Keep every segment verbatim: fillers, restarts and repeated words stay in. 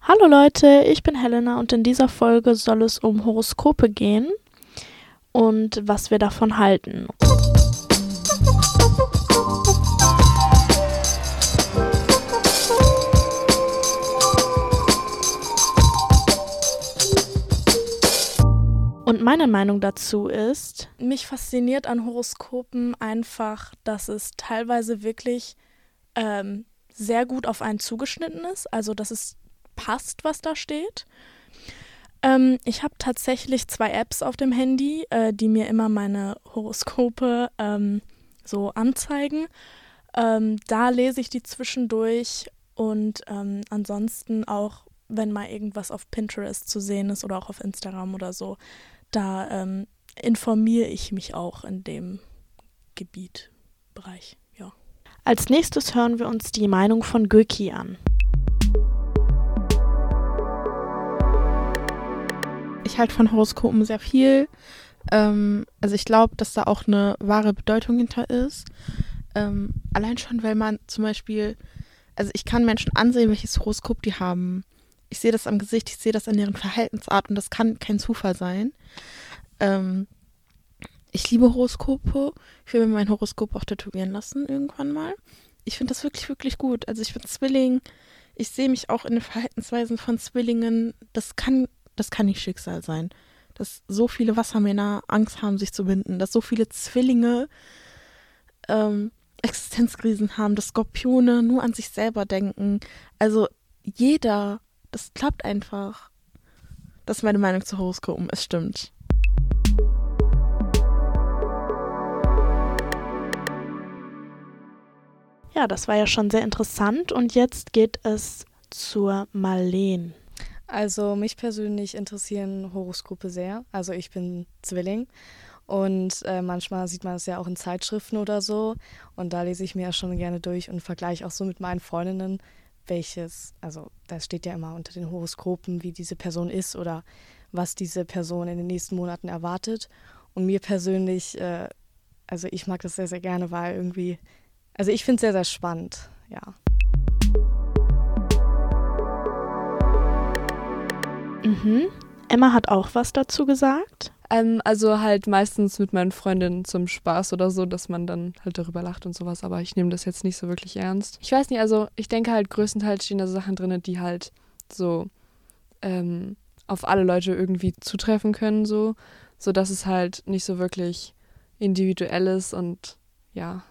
Hallo Leute, ich bin Helena und in dieser Folge soll es um Horoskope gehen und was wir davon halten. Und meine Meinung dazu ist, mich fasziniert an Horoskopen einfach, dass es teilweise wirklich ähm, sehr gut auf einen zugeschnitten ist, also dass es passt, was da steht. Ähm, ich habe tatsächlich zwei Apps auf dem Handy, äh, die mir immer meine Horoskope ähm, so anzeigen. Ähm, da lese ich die zwischendurch und ähm, ansonsten auch, wenn mal irgendwas auf Pinterest zu sehen ist oder auch auf Instagram oder so, da ähm, informiere ich mich auch in dem Gebiet, Bereich, ja. Als nächstes hören wir uns die Meinung von Göki an. Ich halte von Horoskopen sehr viel. Ähm, also ich glaube, dass da auch eine wahre Bedeutung hinter ist. Ähm, allein schon, weil man zum Beispiel, also ich kann Menschen ansehen, welches Horoskop die haben. Ich sehe das am Gesicht, ich sehe das an deren Verhaltensart und das kann kein Zufall sein. Ähm, ich liebe Horoskope. Ich will mir mein Horoskop auch tätowieren lassen irgendwann mal. Ich finde das wirklich, wirklich gut. Also ich bin Zwilling. Ich sehe mich auch in den Verhaltensweisen von Zwillingen. Das kann, das kann nicht Schicksal sein. Dass so viele Wassermänner Angst haben, sich zu binden. Dass so viele Zwillinge ähm, Existenzkrisen haben. Dass Skorpione nur an sich selber denken. Also jeder... Das klappt einfach. Das ist meine Meinung zu Horoskopen. Es stimmt. Ja, das war ja schon sehr interessant und jetzt geht es zur Marleen. Also mich persönlich interessieren Horoskope sehr. Also ich bin Zwilling und äh, manchmal sieht man es ja auch in Zeitschriften oder so und da lese ich mir ja schon gerne durch und vergleiche auch so mit meinen Freundinnen, welches, also das steht ja immer unter den Horoskopen, wie diese Person ist oder was diese Person in den nächsten Monaten erwartet. Und mir persönlich, äh, also ich mag das sehr, sehr gerne, weil irgendwie, also ich finde es sehr, sehr spannend, ja. Mhm. Emma hat auch was dazu gesagt. Ähm, also halt meistens mit meinen Freundinnen zum Spaß oder so, dass man dann halt darüber lacht und sowas, aber ich nehme das jetzt nicht so wirklich ernst. Ich weiß nicht, also ich denke halt größtenteils stehen da Sachen drin, die halt so ähm, auf alle Leute irgendwie zutreffen können, so, so dass es halt nicht so wirklich individuell ist und ja.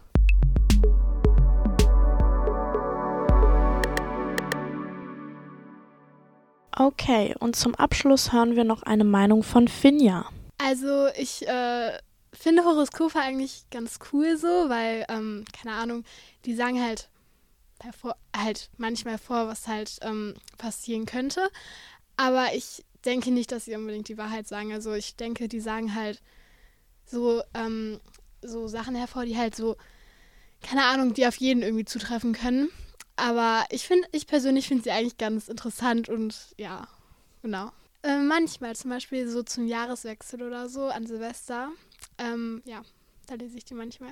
Okay, und zum Abschluss hören wir noch eine Meinung von Finja. Also ich äh, finde Horoskope eigentlich ganz cool so, weil, ähm, keine Ahnung, die sagen halt, hervor, halt manchmal vor, was halt ähm, passieren könnte. Aber ich denke nicht, dass sie unbedingt die Wahrheit sagen. Also ich denke, die sagen halt so, ähm, so Sachen hervor, die halt so, keine Ahnung, die auf jeden irgendwie zutreffen können. Aber ich finde, ich persönlich finde sie eigentlich ganz interessant und ja, genau. Äh, manchmal, zum Beispiel so zum Jahreswechsel oder so, an Silvester. Ähm, ja, da lese ich die manchmal.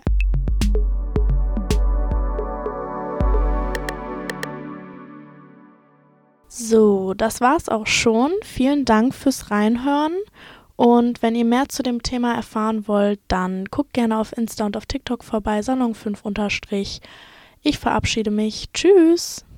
So, das war's auch schon. Vielen Dank fürs Reinhören. Und wenn ihr mehr zu dem Thema erfahren wollt, dann guckt gerne auf Insta und auf TikTok vorbei, Salon fünf unterstrich. Ich verabschiede mich. Tschüss!